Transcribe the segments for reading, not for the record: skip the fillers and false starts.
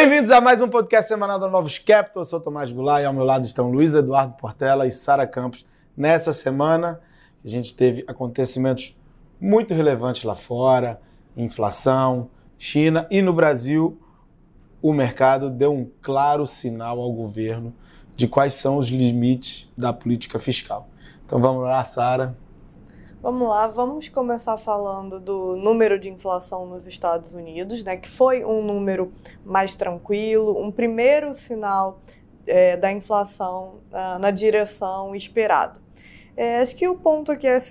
Bem-vindos a mais um podcast semanal da Novos Capital. Eu sou Tomás Goulart e ao meu lado estão Luiz Eduardo Portela e Sara Campos. Nessa semana, a gente teve acontecimentos muito relevantes lá fora, inflação, China e no Brasil, o mercado deu um claro sinal ao governo de quais são os limites da política fiscal. Então vamos lá, Sara. Vamos lá, vamos começar falando do número de inflação nos Estados Unidos, né, que foi um número mais tranquilo, um primeiro sinal da inflação na direção esperada. Acho que o ponto aqui é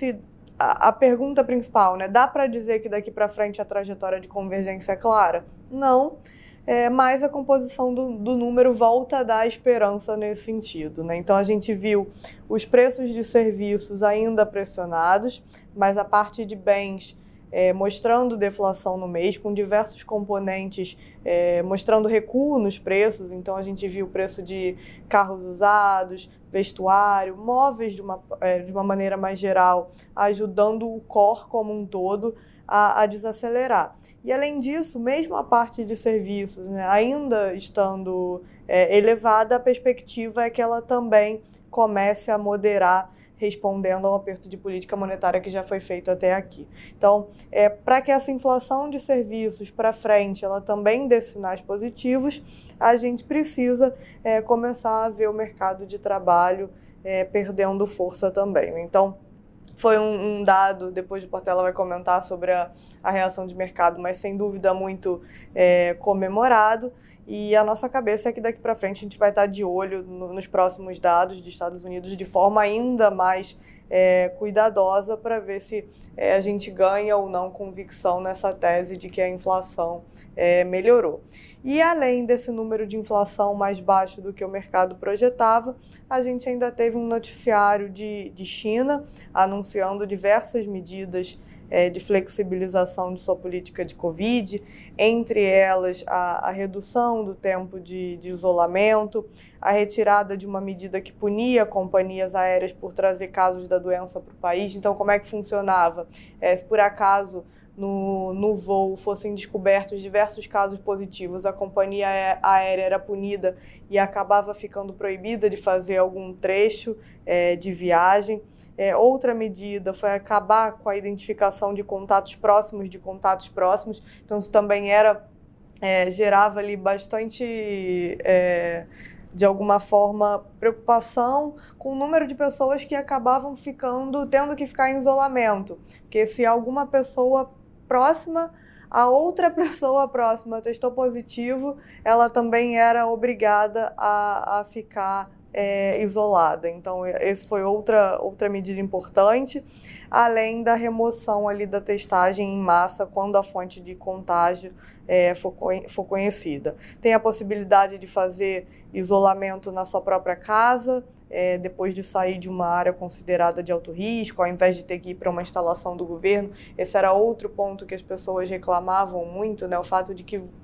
a pergunta principal, né, dá para dizer que daqui para frente a trajetória de convergência é clara? Não. Mas a composição do número volta a dar esperança nesse sentido, né? Então a gente viu os preços de serviços ainda pressionados, mas a parte de bens mostrando deflação no mês, com diversos componentes mostrando recuo nos preços. Então a gente viu o preço de carros usados, vestuário, móveis de uma maneira mais geral, ajudando o core como um todo a desacelerar. E além disso, mesmo a parte de serviços, né, ainda estando elevada, a perspectiva é que ela também comece a moderar, respondendo ao aperto de política monetária que já foi feito até aqui. Então, para que essa inflação de serviços para frente ela também dê sinais positivos, a gente precisa começar a ver o mercado de trabalho perdendo força também. Então, foi um dado, depois o Portela vai comentar sobre a reação de mercado, mas sem dúvida muito comemorado. E a nossa cabeça é que daqui para frente a gente vai estar de olho nos próximos dados dos Estados Unidos de forma ainda mais cuidadosa para ver se a gente ganha ou não convicção nessa tese de que a inflação melhorou. E além desse número de inflação mais baixo do que o mercado projetava, a gente ainda teve um noticiário de China anunciando diversas medidas de flexibilização de sua política de Covid, entre elas a redução do tempo de isolamento, a retirada de uma medida que punia companhias aéreas por trazer casos da doença para o país. Então, como é que funcionava? Se por acaso no voo fossem descobertos diversos casos positivos, a companhia aérea era punida e acabava ficando proibida de fazer algum trecho de viagem. Outra medida foi acabar com a identificação de contatos próximos. Então isso também gerava ali bastante, de alguma forma, preocupação com o número de pessoas que acabavam tendo que ficar em isolamento. Porque se alguma pessoa próxima, a outra pessoa próxima testou positivo, ela também era obrigada a ficar isolada. Então, essa foi outra medida importante, além da remoção ali da testagem em massa quando a fonte de contágio for conhecida. Tem a possibilidade de fazer isolamento na sua própria casa, depois de sair de uma área considerada de alto risco, ao invés de ter que ir para uma instalação do governo. Esse era outro ponto que as pessoas reclamavam muito, né? O fato de que...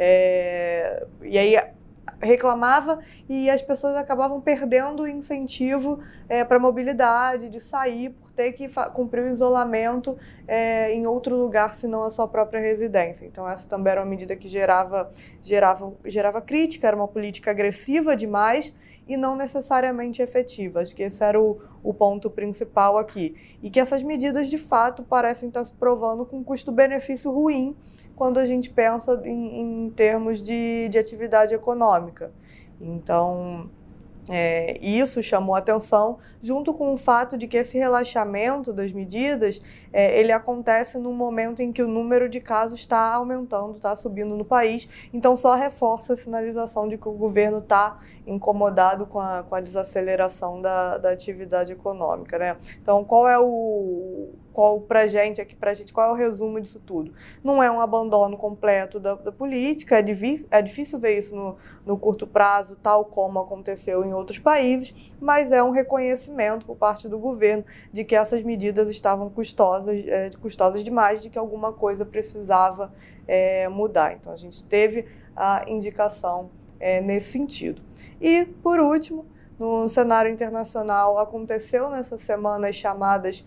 E aí reclamava e as pessoas acabavam perdendo o incentivo para a mobilidade, de sair por ter que cumprir o isolamento em outro lugar, senão a sua própria residência. Então essa também era uma medida que gerava crítica, era uma política agressiva demais e não necessariamente efetiva. Acho que esse era o ponto principal aqui. E que essas medidas, de fato, parecem estar se provando com um custo-benefício ruim quando a gente pensa em termos de atividade econômica. Então, isso chamou atenção, junto com o fato de que esse relaxamento das medidas, ele acontece num momento em que o número de casos está aumentando, está subindo no país, então só reforça a sinalização de que o governo está incomodado com a desaceleração da atividade econômica, né? Então, qual é o resumo disso tudo? Não é um abandono completo da política, é difícil ver isso no curto prazo, tal como aconteceu em outros países, mas é um reconhecimento por parte do governo de que essas medidas estavam custosas demais, de que alguma coisa precisava mudar. Então, a gente teve a indicação nesse sentido. E, por último, no cenário internacional, aconteceu nessa semana as chamadas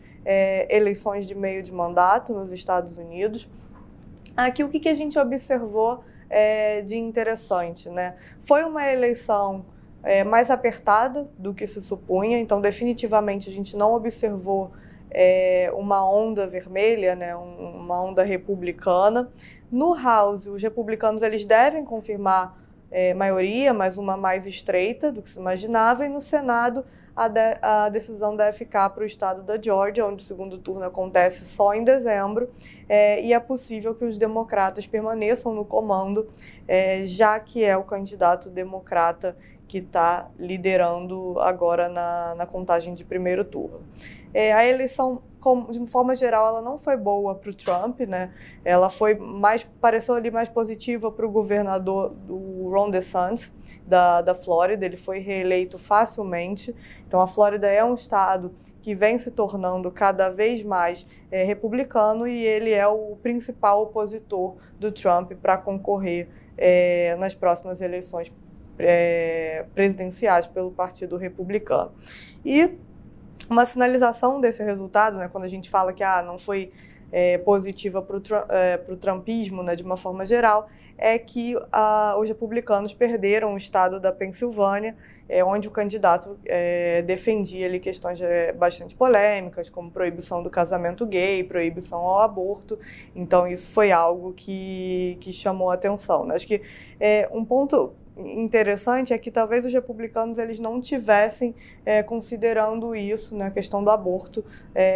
eleições de meio de mandato nos Estados Unidos. Aqui o que a gente observou de interessante, né? Foi uma eleição mais apertada do que se supunha, então definitivamente a gente não observou uma onda vermelha, né? Uma onda republicana. No House, os republicanos eles devem confirmar maioria, mas uma mais estreita do que se imaginava, e no Senado a decisão deve ficar para o estado da Geórgia, onde o segundo turno acontece só em dezembro, e é possível que os democratas permaneçam no comando, já que é o candidato democrata que está liderando agora na contagem de primeiro turno. A eleição, de forma geral, ela não foi boa para o Trump, né? Ela pareceu ali mais positiva para o governador do Ron DeSantis, da Flórida. Ele foi reeleito facilmente. Então, a Flórida é um estado que vem se tornando cada vez mais republicano, e ele é o principal opositor do Trump para concorrer nas próximas eleições presidenciais pelo Partido Republicano. E uma sinalização desse resultado, né, quando a gente fala que não foi positiva para o trumpismo, né, de uma forma geral, é que os republicanos perderam o estado da Pensilvânia, onde o candidato defendia ali questões bastante polêmicas, como proibição do casamento gay, proibição ao aborto. Então, isso foi algo que chamou a atenção, né? Acho que um ponto interessante é que talvez os republicanos eles não tivessem considerando isso, né, a questão do aborto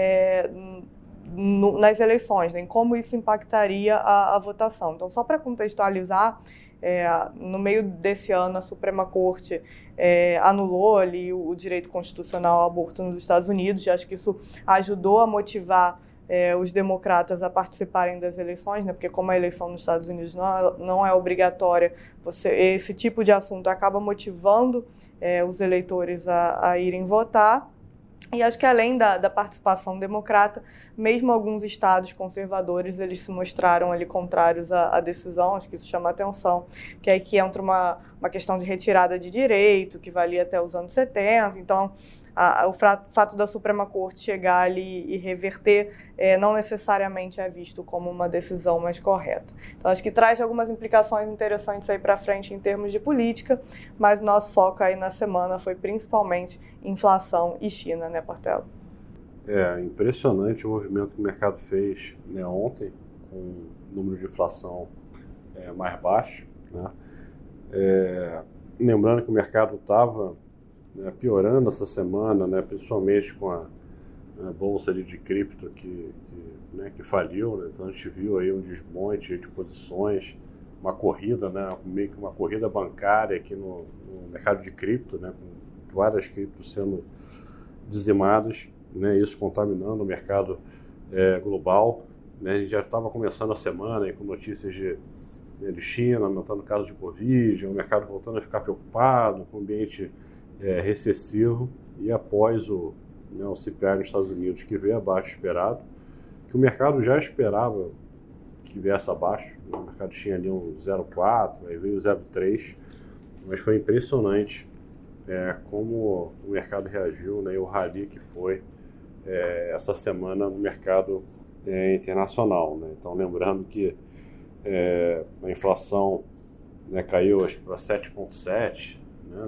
nas eleições, né, em como isso impactaria a votação. Então, só para contextualizar, no meio desse ano a Suprema Corte anulou ali o direito constitucional ao aborto nos Estados Unidos, e acho que isso ajudou a motivar os democratas a participarem das eleições, né? Porque como a eleição nos Estados Unidos não é obrigatória, esse tipo de assunto acaba motivando os eleitores a irem votar. E acho que além da participação democrata, mesmo alguns estados conservadores, eles se mostraram ali contrários à decisão. Acho que isso chama atenção, que aí que entra uma questão de retirada de direito, que valia até os anos 70, então o fato da Suprema Corte chegar ali e reverter não necessariamente é visto como uma decisão mais correta. Então, acho que traz algumas implicações interessantes aí para frente em termos de política, mas nosso foco aí na semana foi principalmente inflação e China, né, Portela? Impressionante o movimento que o mercado fez, né, ontem, com o número de inflação mais baixo, né? Lembrando que o mercado estava piorando essa semana, né, principalmente com a bolsa ali de cripto que faliu, né? Então a gente viu aí um desmonte de posições, uma corrida, né, meio que uma corrida bancária aqui no mercado de cripto, né, com várias criptos sendo dizimadas, né, isso contaminando o mercado global, né? A gente já estava começando a semana aí com notícias de China aumentando casos de Covid, o mercado voltando a ficar preocupado com o ambiente recessivo, e após o CPI nos Estados Unidos, que veio abaixo esperado, que o mercado já esperava que viesse abaixo, né? O mercado tinha ali um 0,4, aí veio o 0,3, mas foi impressionante como o mercado reagiu, né? E o rally que foi essa semana no mercado internacional, né? Então, lembrando que a inflação, né, caiu para 7,7, né,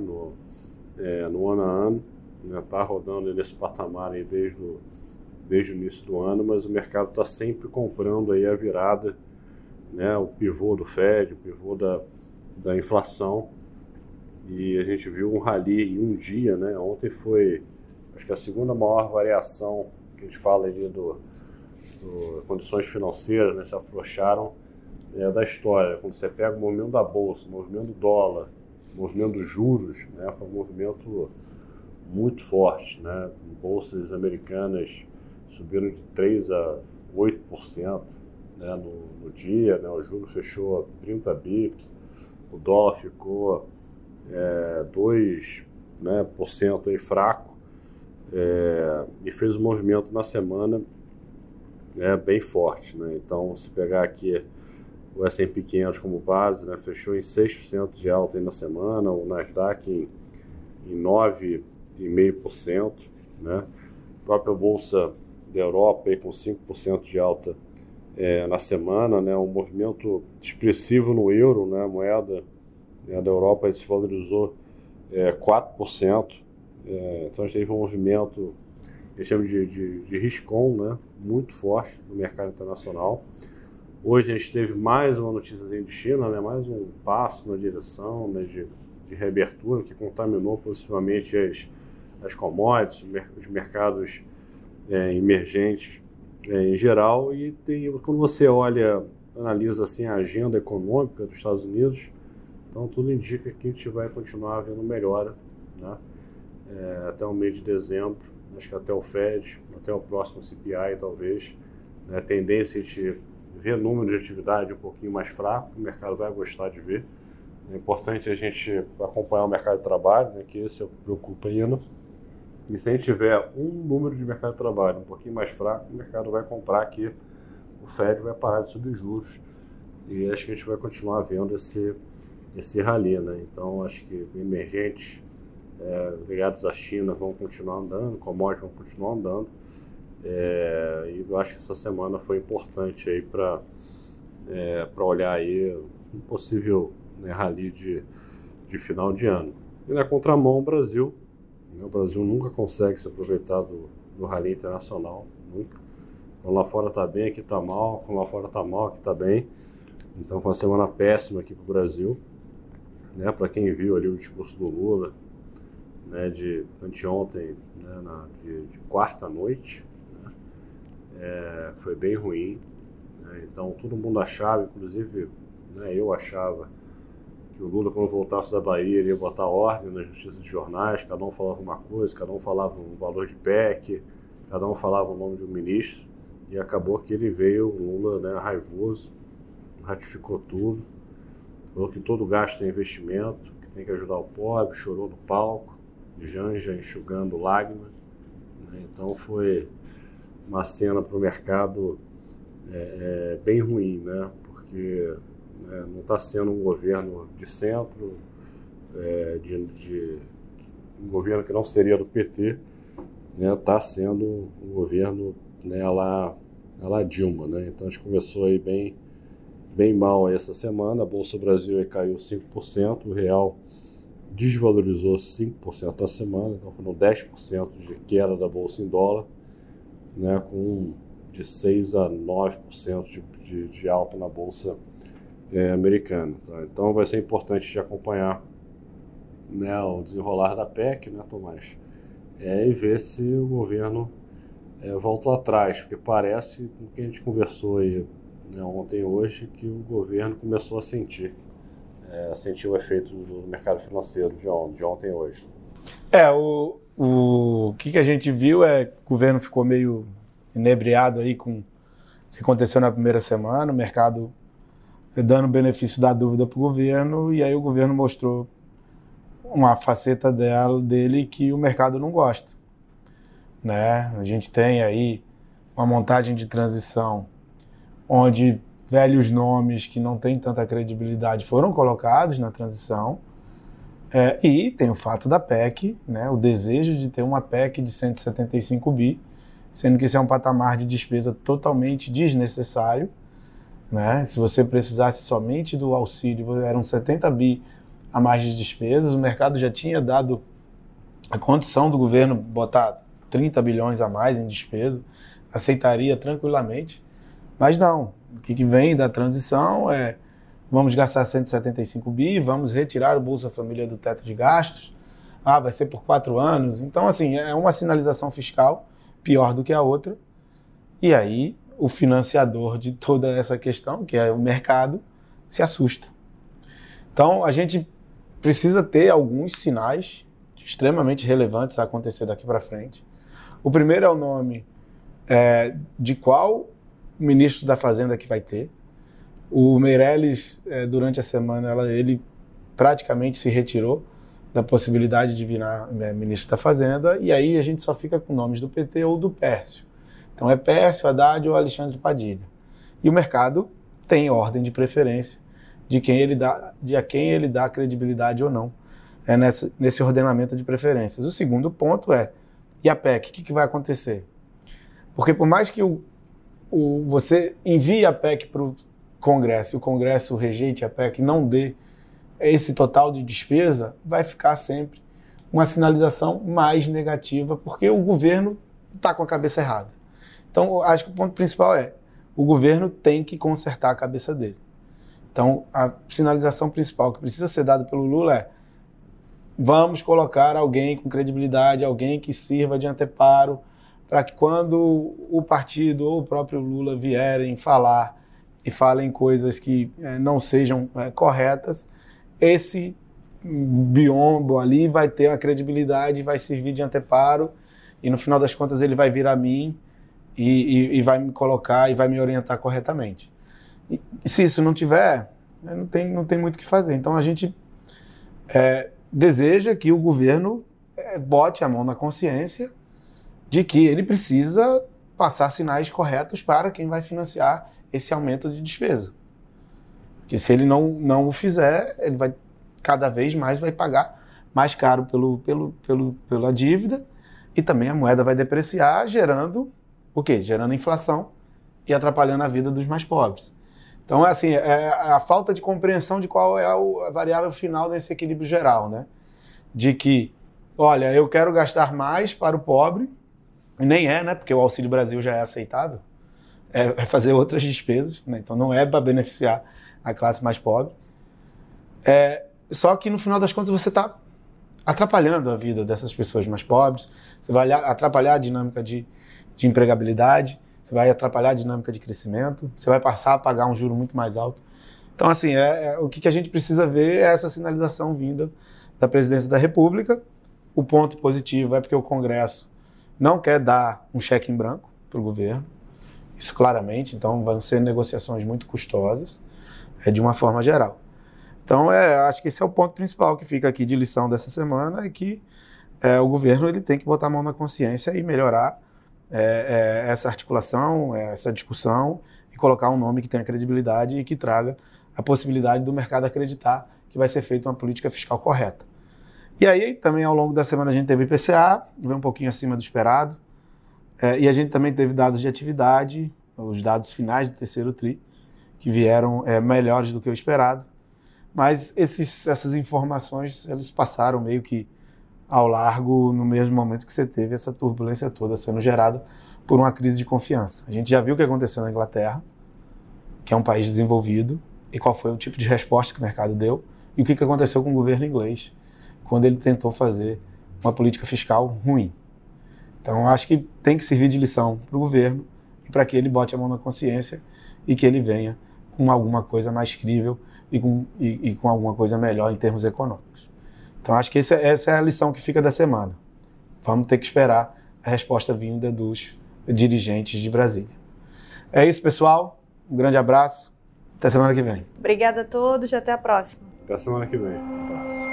no ano a ano, está rodando nesse patamar aí desde o início do ano, mas o mercado está sempre comprando aí a virada, né, o pivô do Fed, o pivô da inflação, e a gente viu um rally em um dia, né? Ontem foi, acho que a segunda maior variação que a gente fala ali do condições financeiras, né, se afrouxaram da história. Quando você pega o movimento da bolsa, o movimento do dólar, o movimento dos juros, né, foi um movimento muito forte, né? Bolsas americanas subiram de 3% a 8%, né, no dia, né? O juro fechou a 30 bips, o dólar ficou 2%, né, aí fraco, e fez um movimento na semana bem forte, né? Então, se pegar aqui o S&P 500 como base, né, fechou em 6% de alta aí na semana, o Nasdaq em 9,5%, né? A própria Bolsa da Europa aí com 5% de alta na semana, né, um movimento expressivo no euro, né, a moeda da Europa se valorizou 4%. Então a gente teve um movimento que chama de riscon, né, muito forte no mercado internacional. Hoje a gente teve mais uma notícia de China, né, mais um passo na direção, né, de reabertura que contaminou positivamente as commodities, os mercados emergentes em geral. E quando você analisa assim, a agenda econômica dos Estados Unidos, então tudo indica que a gente vai continuar vendo melhora, né, até o mês de dezembro, acho que até o Fed, até o próximo CPI talvez, né, a tendência de ver número de atividade um pouquinho mais fraco, o mercado vai gostar de ver. É importante a gente acompanhar o mercado de trabalho, né, que esse é o que preocupa ainda. E se a gente tiver um número de mercado de trabalho um pouquinho mais fraco, o mercado vai comprar aqui, o Fed vai parar de subir juros. E acho que a gente vai continuar vendo esse rally, né? Então acho que emergentes ligados à China vão continuar andando, commodities vão continuar andando. E eu acho que essa semana foi importante aí para olhar aí um possível, né, rally de final de ano. E na contramão, o Brasil nunca consegue se aproveitar do rally internacional, nunca. Quando lá fora está bem, aqui está mal, quando lá fora está mal, aqui está bem. Então foi uma semana péssima aqui para o Brasil, né? Para quem viu ali o discurso do Lula, né, de anteontem, né, de quarta noite, né, foi bem ruim, né? Então todo mundo achava, inclusive, né, eu achava, que o Lula, quando voltasse da Bahia, ele ia botar ordem na justiça de jornais, cada um falava uma coisa, cada um falava um valor de PEC, cada um falava o nome de um ministro, e acabou que ele veio, o Lula, né, raivoso, ratificou tudo, falou que todo gasto é investimento, que tem que ajudar o pobre, chorou no palco, Janja enxugando lágrimas, né? Então foi uma cena para o mercado bem ruim, né? Porque não está sendo um governo de centro, um governo que não seria do PT, né? Está sendo um governo, né, a lá Dilma, né? Então a gente começou aí bem mal essa semana, a Bolsa Brasil aí caiu 5%, o real desvalorizou 5% na semana, então foram 10% de queda da Bolsa em dólar, né, com de 6% a 9% de alta na Bolsa americana. Tá? Então vai ser importante de acompanhar, né, o desenrolar da PEC, né, Tomás? E ver se o governo voltou atrás, porque parece, com o que a gente conversou aí, né, ontem e hoje, que o governo começou a sentir o efeito do mercado financeiro de ontem e hoje. O que a gente viu o governo ficou meio inebriado aí com o que aconteceu na primeira semana, o mercado dando benefício da dúvida para o governo, e aí o governo mostrou uma faceta dele que o mercado não gosta, né? A gente tem aí uma montagem de transição onde velhos nomes que não têm tanta credibilidade foram colocados na transição, e tem o fato da PEC, né, o desejo de ter uma PEC de 175 bi, sendo que esse é um patamar de despesa totalmente desnecessário, né? Se você precisasse somente do auxílio, eram 70 bi a mais de despesas, o mercado já tinha dado a condição do governo botar 30 bilhões a mais em despesa, aceitaria tranquilamente, mas não. O que vem da transição vamos gastar 175 bi, vamos retirar o Bolsa Família do teto de gastos, vai ser por 4 anos. Então, assim, é uma sinalização fiscal pior do que a outra. E aí, o financiador de toda essa questão, que é o mercado, se assusta. Então, a gente precisa ter alguns sinais extremamente relevantes a acontecer daqui para frente. O primeiro é o nome de qual ministro da Fazenda que vai ter. O Meirelles, durante a semana, ele praticamente se retirou da possibilidade de virar ministro da Fazenda, e aí a gente só fica com nomes do PT ou do Pércio. Então é Pércio, Haddad ou Alexandre Padilha. E o mercado tem ordem de preferência de a quem ele dá credibilidade ou não nesse ordenamento de preferências. O segundo ponto e a PEC, o que vai acontecer? Porque por mais que você envia a PEC para o Congresso e o Congresso rejeite a PEC e não dê esse total de despesa, vai ficar sempre uma sinalização mais negativa, porque o governo está com a cabeça errada. Então, acho que o ponto principal é, o governo tem que consertar a cabeça dele. Então, a sinalização principal que precisa ser dada pelo Lula é: vamos colocar alguém com credibilidade, alguém que sirva de anteparo, para que quando o partido ou o próprio Lula vierem falar e falem coisas que não sejam corretas, esse biombo ali vai ter a credibilidade, vai servir de anteparo, e no final das contas ele vai vir a mim e vai me colocar e vai me orientar corretamente. E se isso não tiver, não tem muito o que fazer. Então a gente deseja que o governo bote a mão na consciência de que ele precisa passar sinais corretos para quem vai financiar esse aumento de despesa. Porque se ele não o fizer, ele vai cada vez mais vai pagar mais caro pela dívida, e também a moeda vai depreciar, gerando o quê? Gerando inflação e atrapalhando a vida dos mais pobres. Então, assim, a falta de compreensão de qual é a variável final desse equilíbrio geral, né? De que, olha, eu quero gastar mais para o pobre, e nem né? Porque o Auxílio Brasil já é aceitável, é fazer outras despesas, né? Então não é para beneficiar a classe mais pobre. Só que no final das contas você está atrapalhando a vida dessas pessoas mais pobres, você vai atrapalhar a dinâmica de empregabilidade, você vai atrapalhar a dinâmica de crescimento, você vai passar a pagar um juro muito mais alto. Então, assim, o que a gente precisa ver é essa sinalização vinda da Presidência da República. O ponto positivo é porque o Congresso não quer dar um cheque em branco para o governo, isso claramente, então vão ser negociações muito custosas, de uma forma geral. Então, acho que esse é o ponto principal que fica aqui de lição dessa semana, é que o governo ele tem que botar a mão na consciência e melhorar essa articulação, essa discussão, e colocar um nome que tenha credibilidade e que traga a possibilidade do mercado acreditar que vai ser feita uma política fiscal correta. E aí, também ao longo da semana a gente teve IPCA, veio um pouquinho acima do esperado, e a gente também teve dados de atividade, os dados finais do terceiro TRI, que vieram melhores do que o esperado. Mas essas informações, eles passaram meio que ao largo no mesmo momento que você teve essa turbulência toda sendo gerada por uma crise de confiança. A gente já viu o que aconteceu na Inglaterra, que é um país desenvolvido, e qual foi o tipo de resposta que o mercado deu, e o que aconteceu com o governo inglês, quando ele tentou fazer uma política fiscal ruim. Então, acho que tem que servir de lição para o governo, e para que ele bote a mão na consciência e que ele venha com alguma coisa mais crível e com alguma coisa melhor em termos econômicos. Então, acho que essa é a lição que fica da semana. Vamos ter que esperar a resposta vinda dos dirigentes de Brasília. É isso, pessoal. Um grande abraço. Até semana que vem. Obrigada a todos e até a próxima. Até semana que vem. Um abraço.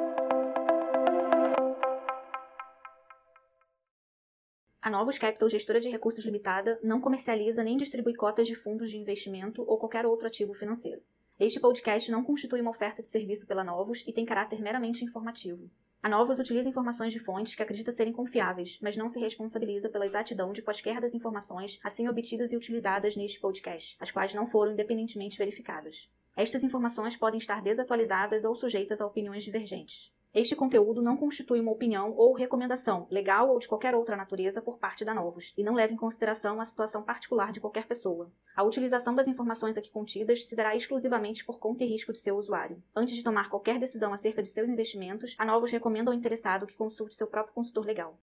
A Novos Capital, gestora de recursos limitada, não comercializa nem distribui cotas de fundos de investimento ou qualquer outro ativo financeiro. Este podcast não constitui uma oferta de serviço pela Novos e tem caráter meramente informativo. A Novos utiliza informações de fontes que acredita serem confiáveis, mas não se responsabiliza pela exatidão de quaisquer das informações assim obtidas e utilizadas neste podcast, as quais não foram independentemente verificadas. Estas informações podem estar desatualizadas ou sujeitas a opiniões divergentes. Este conteúdo não constitui uma opinião ou recomendação, legal ou de qualquer outra natureza, por parte da Novos, e não leva em consideração a situação particular de qualquer pessoa. A utilização das informações aqui contidas se dará exclusivamente por conta e risco de seu usuário. Antes de tomar qualquer decisão acerca de seus investimentos, a Novos recomenda ao interessado que consulte seu próprio consultor legal.